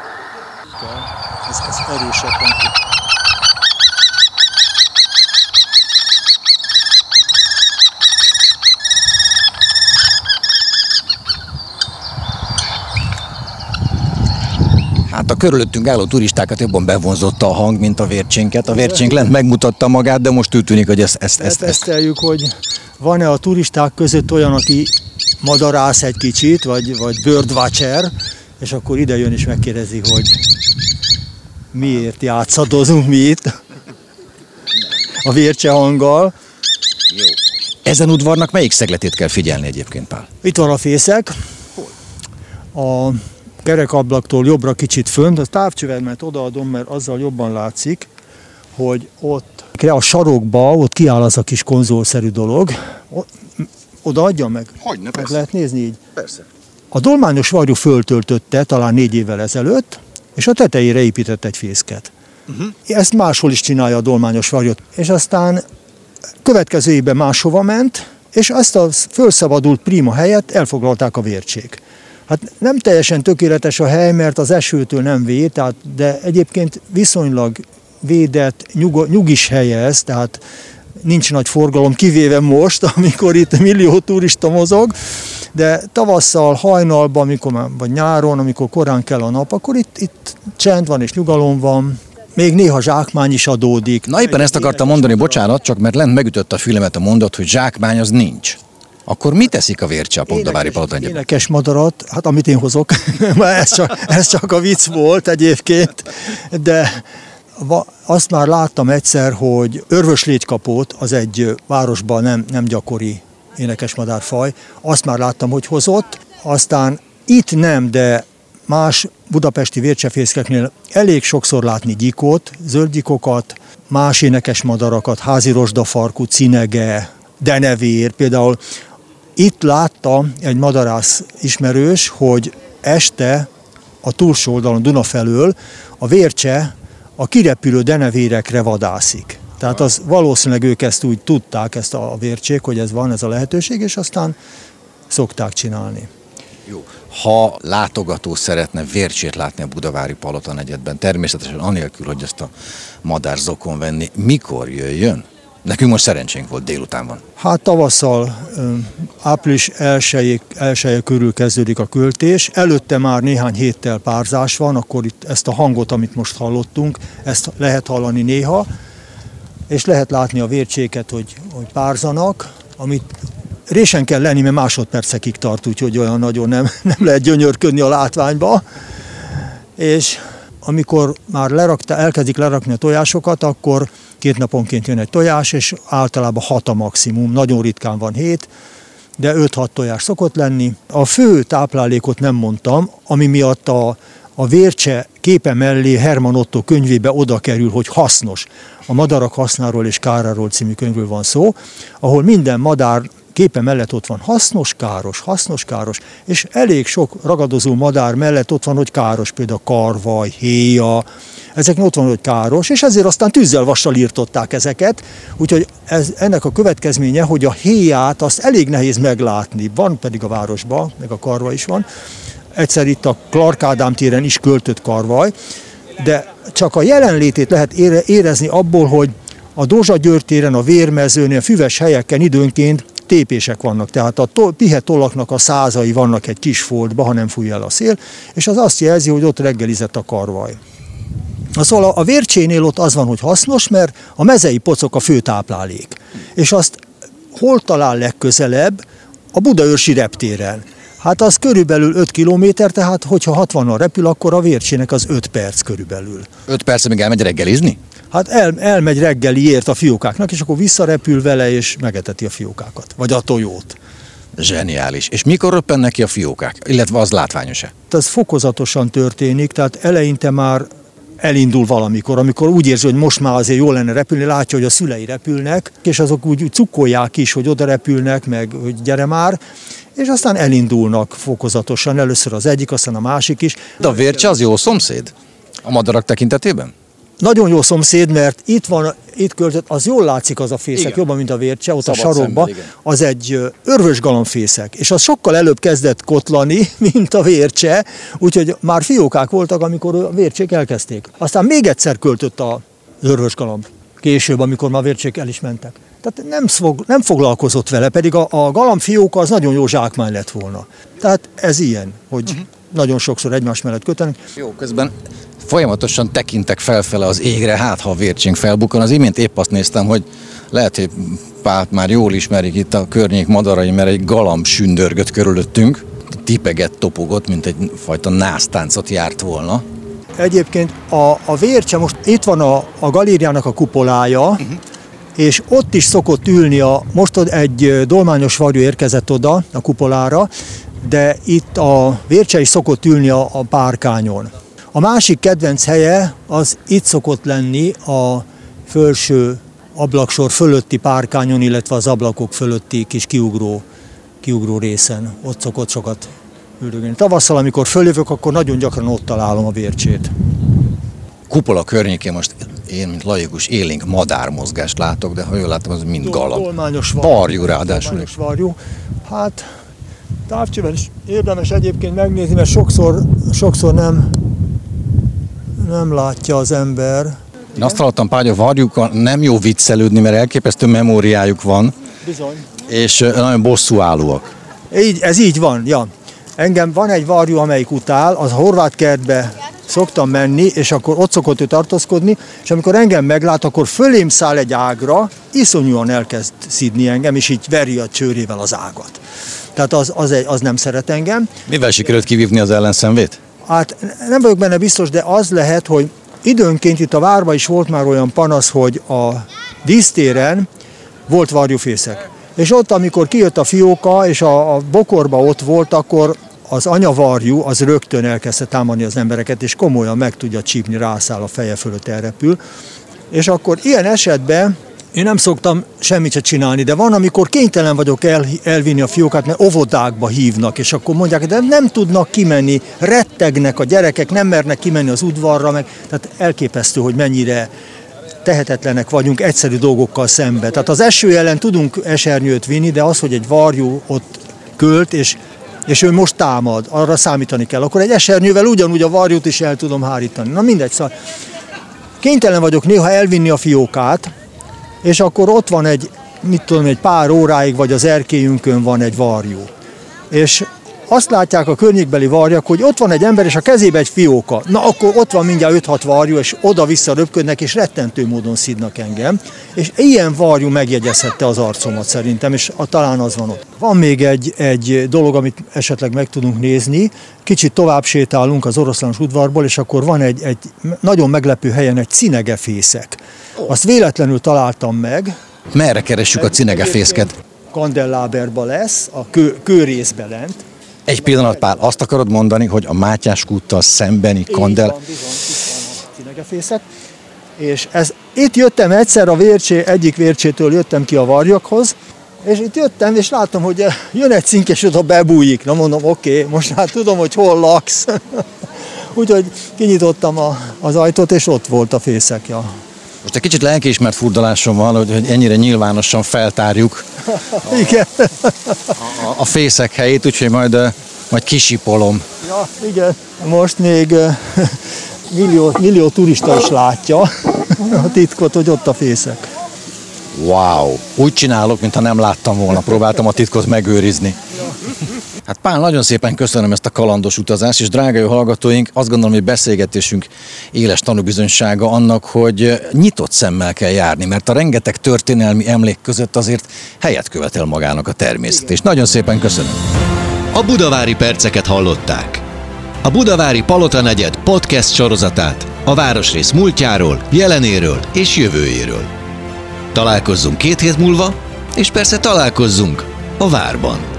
Ez erősebb hang. Hát a körülöttünk álló turistákat jobban bevonzotta a hang, mint a vércsénket. A vércsénk lent megmutatta magát, de most úgy tűnik, hogy ezt teszteljük, hogy van-e a turisták között olyan, aki madarász egy kicsit, vagy birdwatcher, és akkor ide jön és megkérdezi, hogy miért játszadozunk mi itt a vércsehanggal. Jó. Ezen udvarnak melyik szegletét kell figyelni egyébként, Pál? Itt van a fészek. A kerekablaktól jobbra kicsit fönt, a távcsövemet odaadom, mert azzal jobban látszik, hogy ott a sarokba, ott kiáll az a kis konzolszerű dolog. Oda adjam meg? Hogyne, meg persze. lehet nézni így. Persze. A dolmányos varjú föltöltötte talán 4 évvel ezelőtt, és a tetejére épített egy fészket. Ezt máshol is csinálja a dolmányos varjút. És aztán következő évben máshova ment, és ezt a fölszabadult prima helyet elfoglalták a vércsék. Hát nem teljesen tökéletes a hely, mert az esőtől nem véd, de egyébként viszonylag védett, nyugis hely ez, tehát nincs nagy forgalom, kivéve most, amikor itt millió turista mozog, de tavasszal, hajnalban, vagy nyáron, amikor korán kell a nap, akkor itt csend van és nyugalom van. Még néha zsákmány is adódik. Na éppen ezt akartam mondani, bocsánat, csak mert lent megütött a fülemet a mondat, hogy zsákmány az nincs. Akkor mit teszik a vércse a Pogdavári Palotanyában? Énekes madarat, hát amit én hozok, ez csak a vicc volt egyébként, de azt már láttam egyszer, hogy örvöslégykapót, az egy városban nem gyakori énekesmadárfaj, azt már láttam, hogy hozott, aztán itt nem, de más budapesti vércsefészkeknél elég sokszor látni gyikót, zöldgyikokat, más énekesmadarakat, házi rozsdafarkú, cinege, denevér, például itt látta egy madarász ismerős, hogy este a túlsó oldalon, Duna felől a vércse a kirepülő denevérekre vadászik. Tehát az valószínűleg ők ezt úgy tudták, ezt a vércsék, hogy ez van, ez a lehetőség, és aztán szokták csinálni. Jó. Ha látogató szeretne vércsét látni a Budavári Palotanegyedben, természetesen anélkül, hogy ezt a madár zokon venni, mikor jöjjön? Nekünk most szerencsénk volt, délután van. Hát tavasszal, április 1 körül kezdődik a költés, előtte már néhány héttel párzás van, akkor itt ezt a hangot, amit most hallottunk, ezt lehet hallani néha, és lehet látni a vércséket, hogy párzanak, amit résen kell lenni, mert másodpercekig tart, úgyhogy olyan nagyon nem lehet gyönyörködni a látványba. És amikor már elkezdik lerakni a tojásokat, akkor 2 naponként jön egy tojás, és általában 6 a maximum, nagyon ritkán van 7, de 5-6 tojás szokott lenni. A fő táplálékot nem mondtam, ami miatt a vércse képe mellé Herman Otto könyvébe oda kerül, hogy hasznos. A Madarak hasznáról és káráról című könyvről van szó, ahol minden madár képe mellett ott van hasznos, káros, és elég sok ragadozó madár mellett ott van, hogy káros, például karvaj, héja, ezeknek ott van, hogy káros, és ezért aztán tűzzel vassal írtották ezeket, úgyhogy ennek a következménye, hogy a héját azt elég nehéz meglátni, van pedig a városban, meg a karvaj is van, egyszer itt a Clark Ádám téren is költött karvaj, de csak a jelenlétét lehet érezni abból, hogy a Dózsa-György téren, a Vérmezőnél, a füves helyeken időnként tépések vannak, tehát a pihetollaknak a százai vannak egy kis foltba, ha nem fúj el a szél, és az azt jelzi, hogy ott reggelizett a karvaj. Szóval a Vércsénél ott az van, hogy hasznos, mert a mezei pocok a fő táplálék. És azt hol talál legközelebb? A Budaörsi reptéren. Hát az körülbelül 5 kilométer, tehát hogyha 60-nal repül, akkor a Vércsének az 5 perc körülbelül. 5 perc, még elmegy reggelizni? Hát elmegy reggeliért a fiókáknak, és akkor visszarepül vele, és megeteti a fiókákat, vagy a tojót. Zseniális. És mikor röppennek ki a fiókák? Illetve az látványos-e? Ez fokozatosan történik, tehát eleinte már elindul valamikor, amikor úgy érzi, hogy most már azért jól lenne repülni, látja, hogy a szülei repülnek, és azok úgy cukkolják is, hogy oda repülnek, meg hogy gyere már, és aztán elindulnak fokozatosan, először az egyik, aztán a másik is. De a Vércse az jó szomszéd? A madarak tekintetében? Nagyon jó szomszéd, mert itt költött, az jól látszik az a fészek, igen, jobban, mint a Vércse, ott szabad a sarokban, az egy örvösgalomfészek, és az sokkal előbb kezdett kotlani, mint a Vércse, úgyhogy már fiókák voltak, amikor a Vércsék elkezdték. Aztán még egyszer költött az örvösgalom, később, amikor már a Vércsék el is mentek. Tehát nem foglalkozott vele, pedig a galambfióka az nagyon jó zsákmány lett volna. Tehát ez ilyen, hogy nagyon sokszor egymás mellett kötenek. Jó, közben folyamatosan tekintek felfele az égre, hát ha a Vércsénk felbukkan. Az imént épp azt néztem, hogy lehet, hogy Pált már jól ismerik itt a környék madarai, mert egy galamb sündörgött körülöttünk, tipegett, topogott, mint egy fajta násztáncot járt volna. Egyébként a Vércse, most itt van a galériának a kupolája, és ott is szokott ülni, most egy dolmányos varjú érkezett oda a kupolára, de itt a Vércse is szokott ülni a párkányon. A másik kedvenc helye az itt szokott lenni a felső ablaksor fölötti párkányon, illetve az ablakok fölötti kis kiugró részen. Ott szokott sokat üldögélni. Tavasszal, amikor följövök, akkor nagyon gyakran ott találom a Vércsét. Kupola környékén most én, mint laikus, élénk madármozgást látok, de ha jól látom, az mind galamb. Dolmányos varjú ráadásul. Dolmányos varjú. Hát távcsőben is érdemes egyébként megnézni, mert sokszor nem látja az ember. Én azt hallottam, Págy, a varjúkkal nem jó viccelődni, mert elképesztő memóriájuk van. Bizony. És nagyon bosszúállóak. Ez így van, ja. Engem van egy varjú, amelyik utál, az a Horvátkertbe szoktam menni, és akkor ott szokott ő tartózkodni, és amikor engem meglát, akkor fölém száll egy ágra, iszonyúan elkezd szidni engem, és így veri a csőrével az ágat. Tehát az nem szeret engem. Mivel sikerült kivívni az ellenszenvét? Hát nem vagyok benne biztos, de az lehet, hogy időnként itt a várban is volt már olyan panasz, hogy a dísztéren volt varjúfészek. És ott, amikor kijött a fióka, és a bokorba ott volt, akkor az anyavarjú az rögtön elkezdte támadni az embereket, és komolyan meg tudja csípni, rászáll a feje fölött, elrepül. És akkor ilyen esetben én nem szoktam semmit se csinálni, de van, amikor kénytelen vagyok elvinni a fiókát, mert óvodákba hívnak, és akkor mondják, de nem tudnak kimenni, rettegnek a gyerekek, nem mernek kimenni az udvarra, tehát elképesztő, hogy mennyire tehetetlenek vagyunk egyszerű dolgokkal szembe. Tehát az eső ellen tudunk esernyőt vinni, de az, hogy egy varjú ott költ, és ő most támad, arra számítani kell. Akkor egy esernyővel ugyanúgy a varjút is el tudom hárítani. Na mindegy, szóval kénytelen vagyok néha elvinni a fiókát, és akkor ott van egy pár óráig, vagy az erkélyünkön van egy varjú. És azt látják a környékbeli varjak, hogy ott van egy ember, és a kezébe egy fióka. Na akkor ott van mindjárt 5-6 varjú, és oda-vissza röpködnek, és rettentő módon szidnak engem. És ilyen varjú megjegyezhette az arcomat szerintem, és talán az van ott. Van még egy dolog, amit esetleg meg tudunk nézni. Kicsit tovább sétálunk az Oroszlános udvarból, és akkor van egy nagyon meglepő helyen egy cinegefészek. Azt véletlenül találtam meg. Merre keressük a cinegefészket? Kandelláberba lesz, a kőrészbe lent. Egy pillanat, Pál, azt akarod mondani, hogy a Mátyás kúttal szembeni Kandel... Bizony, itt van a cinegefészek. És itt jöttem egyszer egyik Vércsétől jöttem ki a varjakhoz, és itt jöttem, és látom, hogy jön egy cinkes, oda bebújik. Na mondom, oké, most már tudom, hogy hol laksz. Úgyhogy kinyitottam az ajtót, és ott volt a fészek. Ja. Most egy kicsit lelkiismert furdalásom van, hogy ennyire nyilvánosan feltárjuk igen. A fészek helyét, úgyhogy majd kisipolom. Ja, igen. Most még millió turista is látja a titkot, hogy ott a fészek. Wow! Úgy csinálok, mintha nem láttam volna, próbáltam a titkot megőrizni. Hát Pál, nagyon szépen köszönöm ezt a kalandos utazást, és drága jó hallgatóink, azt gondolom, hogy beszélgetésünk éles tanúbizonysága annak, hogy nyitott szemmel kell járni, mert a rengeteg történelmi emlék között azért helyet követel magának a természet. És nagyon szépen köszönöm. A Budavári Perceket hallották. A Budavári Palota negyed podcast sorozatát a városrész múltjáról, jelenéről és jövőjéről. Találkozzunk 2 hét múlva, és persze találkozzunk a várban.